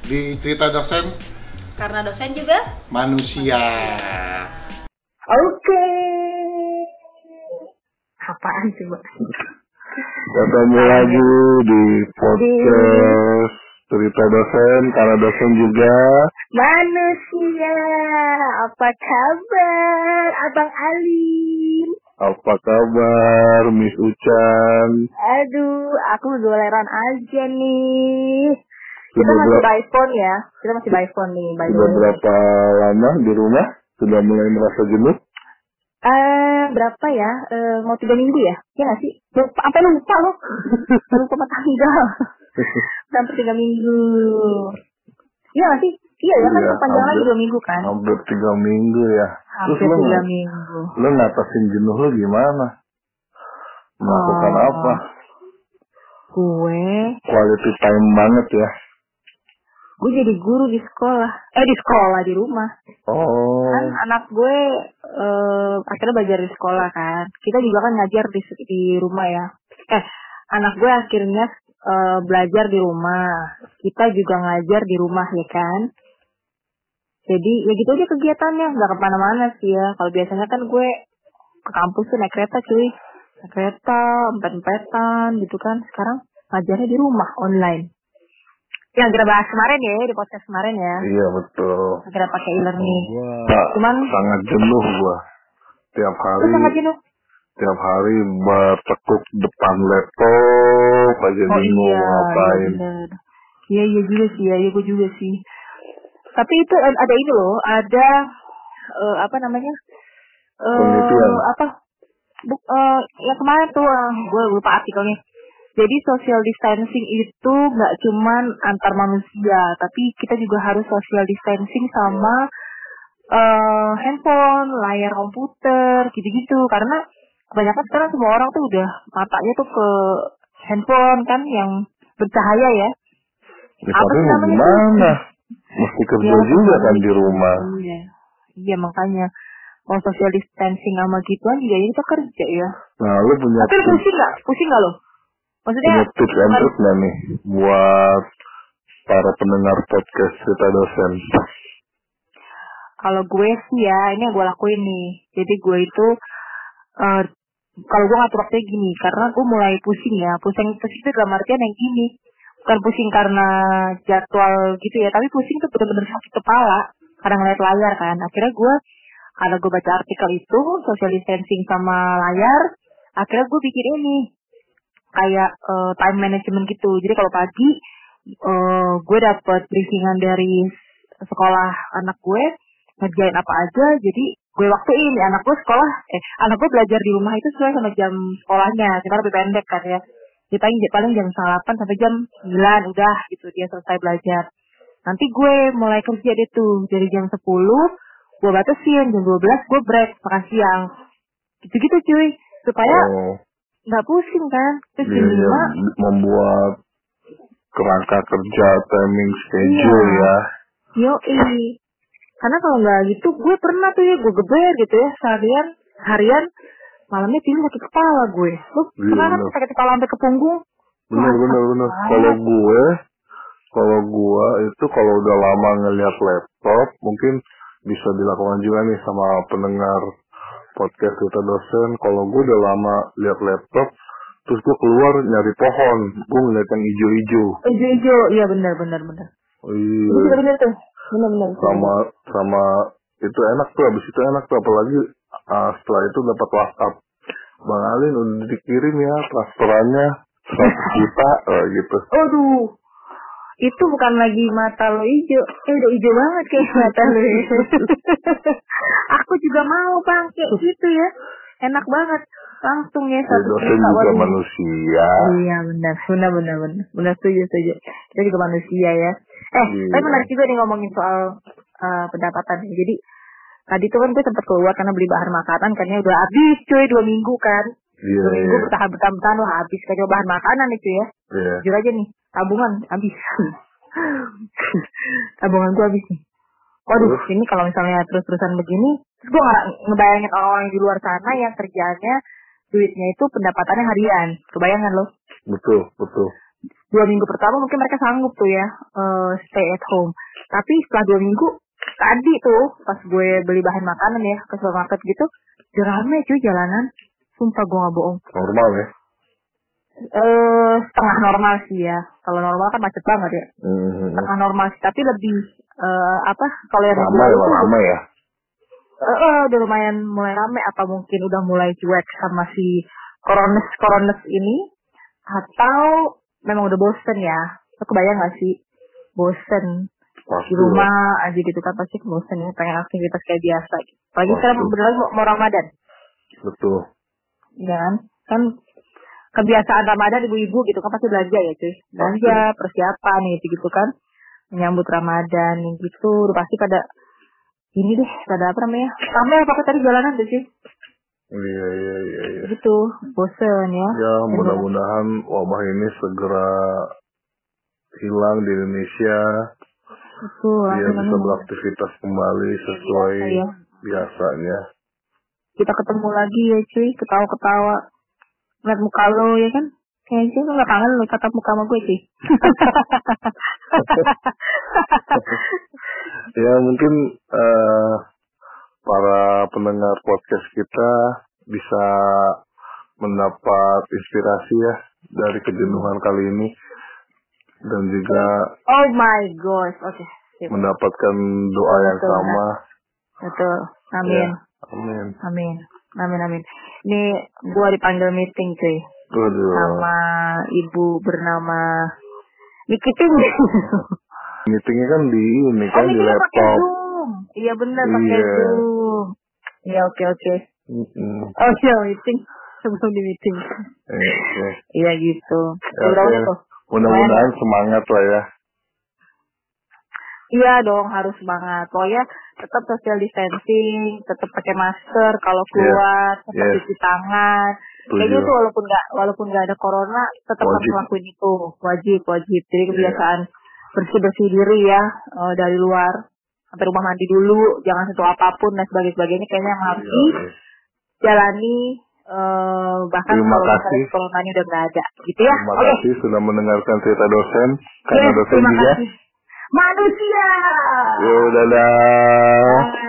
di cerita dosen. Karena dosen juga manusia. Oke. Apaan coba? Ketemu lagi di podcast cerita dosen, karena dosen juga manusia. Apa kabar Abang Alim? Apa kabar Miss Ucan? Aduh, aku goleran aja nih. Kita masih by phone ya. Kita masih by phone nih. Sudah berapa lama di rumah? Sudah mulai merasa jenuh? Berapa ya? Mau 3 minggu ya? Iya nggak sih? Sampai lupa loh. Lupa tanggal. Sampai 3 minggu. Iya nggak sih? Iya ya kan panjang lagi 2 minggu kan? Hampir 3 minggu ya. Hampir 3 minggu. Lu ngatasin jenuh lu gimana? Melakukan apa? Gue quality time banget ya. Gue jadi guru di sekolah. Di rumah. Oh. Kan anak gue akhirnya belajar di sekolah kan. Kita juga kan ngajar di rumah ya. Anak gue akhirnya belajar di rumah. Kita juga ngajar di rumah ya kan. Jadi ya gitu aja kegiatannya. Gak kemana-mana sih ya. Kalau biasanya kan gue ke kampus tuh naik kereta cuy. Naik kereta, empet-empetan gitu kan. Sekarang ngajarnya di rumah, online. Yang kita bahas kemarin ya, di podcast kemarin ya. Iya betul. Kita pakai e-learning. Cuman sangat jenuh gua. Tiap hari bertekuk depan laptop aja bingung ngapain. Iya juga sih, iya gue juga sih. Tapi itu ada ini loh, ada apa namanya? Penelitian. Ya kemarin tuh gue lupa artikelnya. Jadi social distancing itu nggak cuman antar manusia, tapi kita juga harus social distancing sama handphone, layar komputer, gitu-gitu. Karena kebanyakan sekarang semua orang tuh udah matanya tuh ke handphone kan yang bercahaya ya. Apa sih namanya? Gimana? Mesti kerja juga kan di rumah. Iya makanya. Kalau social distancing sama gituan juga ya kita kerja ya. Nah lu punya. Tapi pusing nggak lo? Maksudnya punya tips and trick nggak nih buat para pendengar podcast cerita dosen? Kalau gue sih ya, ini yang gue lakuin nih. Jadi gue itu, kalau gue ngatur waktunya gini, karena gue mulai pusing ya. Pusing itu dalam artian yang gini. Bukan pusing karena jadwal gitu ya, tapi pusing tuh bener-bener sakit kepala. Karena ngeliat layar kan. Akhirnya karena gue baca artikel itu, social distancing sama layar, akhirnya gue bikin ini. Kayak time management gitu. Jadi kalau pagi gue dapet briefingan dari sekolah anak gue ngerjain apa aja. Jadi gue waktuin anak gue belajar di rumah itu sesuai sama jam sekolahnya. Kita lebih pendek kan ya. Jadi paling jam 8 sampai jam 9 udah gitu dia selesai belajar. Nanti gue mulai kerja deh tuh dari jam 10 gue batasin jam 12 gue break makan siang. Gitu-gitu cuy supaya nggak pusing kan. Terus membuat kerangka kerja, timing schedule ya. Yoi. Karena kalau nggak gitu, gue pernah tuh ya, gue geber gitu ya, harian, malamnya tidur sakit kepala gue. Lu pernah kan sakit kepala sampai ke punggung? Bener. Kalau gue itu kalau udah lama ngeliat laptop, mungkin bisa dilakukan juga nih sama pendengar podcast kita dosen. Kalau gue udah lama lihat laptop, terus gue keluar nyari pohon, gue ngeliat yang hijau-hijau. Hijau, iya benar. Oh iya. Bener tuh, bener. Sama itu enak tuh, abis itu enak tuh, apalagi setelah itu dapat WhatsApp. Bang Alin udah dikirim ya transferannya 100 juta gitu. Aduh, itu bukan lagi mata lo hijau, udah hijau banget kayak mata lo. Aku juga mau bang kayak gitu ya, enak banget. Langsung ya 100 juta. Juga manusia. Iya benar setuju. Kita juga manusia ya. Tapi menarik juga nih ngomongin soal pendapatan. Jadi tadi tuh kan gue sempat keluar karena beli bahan makanan kan ya udah habis cuy 2 minggu kan. 2 minggu bertahan wah habis kayak bahan makanan nih cuy ya. Jujur aja nih tabungan habis. Tabungan gue habis nih. Waduh, ini kalau misalnya terus-terusan begini, terus gue ngebayangin orang-orang di luar sana yang kerjaannya duitnya itu pendapatannya harian. Kebayangan lo? Betul. 2 minggu pertama mungkin mereka sanggup tuh ya stay at home. Tapi setelah 2 minggu tadi tuh pas gue beli bahan makanan ya ke supermarket gitu, udah rame cuy jalanan. Sumpah gue gak bohong. Normal ya? Setengah normal sih ya. Kalau normal kan macet banget ya. Setengah normal sih, tapi lebih kalau yang ramai ya? Udah lumayan mulai rame. Apa mungkin udah mulai cuek sama si corones ini, atau memang udah bosen ya? Lo kebayang gak sih bosen Pasti di rumah aja gitu kan, pasti bosen ya, pengen aktivitas kayak biasa. Apalagi sekarang beneran mau Ramadan. Betul. Ya kan kebiasaan Ramadan ibu-ibu gitu kan pasti belanja ya cuy, belanja persiapan gitu kan, menyambut Ramadan gitu. Udah pasti pada ini deh, pada apa namanya, ramai apa tadi jalanan tuh sih. Iya. Gitu, bosen ya. Ya mudah-mudahan wabah ini segera hilang di Indonesia. Betul. Dia bisa beraktivitas kembali sesuai biasanya. Kita ketemu lagi ya cuy, ketawa-ketawa, ngeliat muka lo ya kan. Kayaknya lo gak kangen lo tatap muka sama gue cuy. Ya mungkin para pendengar podcast kita bisa mendapat inspirasi ya dari kejenuhan kali ini, dan juga oh my gosh, oke. Mendapatkan doa yang sama. Betul. Amin. Ya, amin. Ini gua dipanggil meeting cuy. Sama ibu bernama Nikiting. Meetingnya kan di ini kan di laptop. Iya benar, pakai Zoom. Iya, oke. Oh iya, meeting sebelum di meeting. Iya gitu. Mudah-mudahan semangat lah ya. Iya dong, harus semangat. Pokoknya tetap social distancing, tetap pakai masker kalau keluar, tetap cuci tangan. Kayaknya tuh walaupun nggak ada corona, tetap harus lakuin itu. Wajib. Jadi kebiasaan bersih diri ya dari luar. Sampai rumah mandi dulu, jangan sentuh apapun dan sebagainya. Kayaknya yang harus dijalani. Bahkan kalau misalnya corona ini udah nggak ada, gitu ya. Terima kasih sudah mendengarkan cerita dosen. Karena dosen juga manusia. Yo, dadah.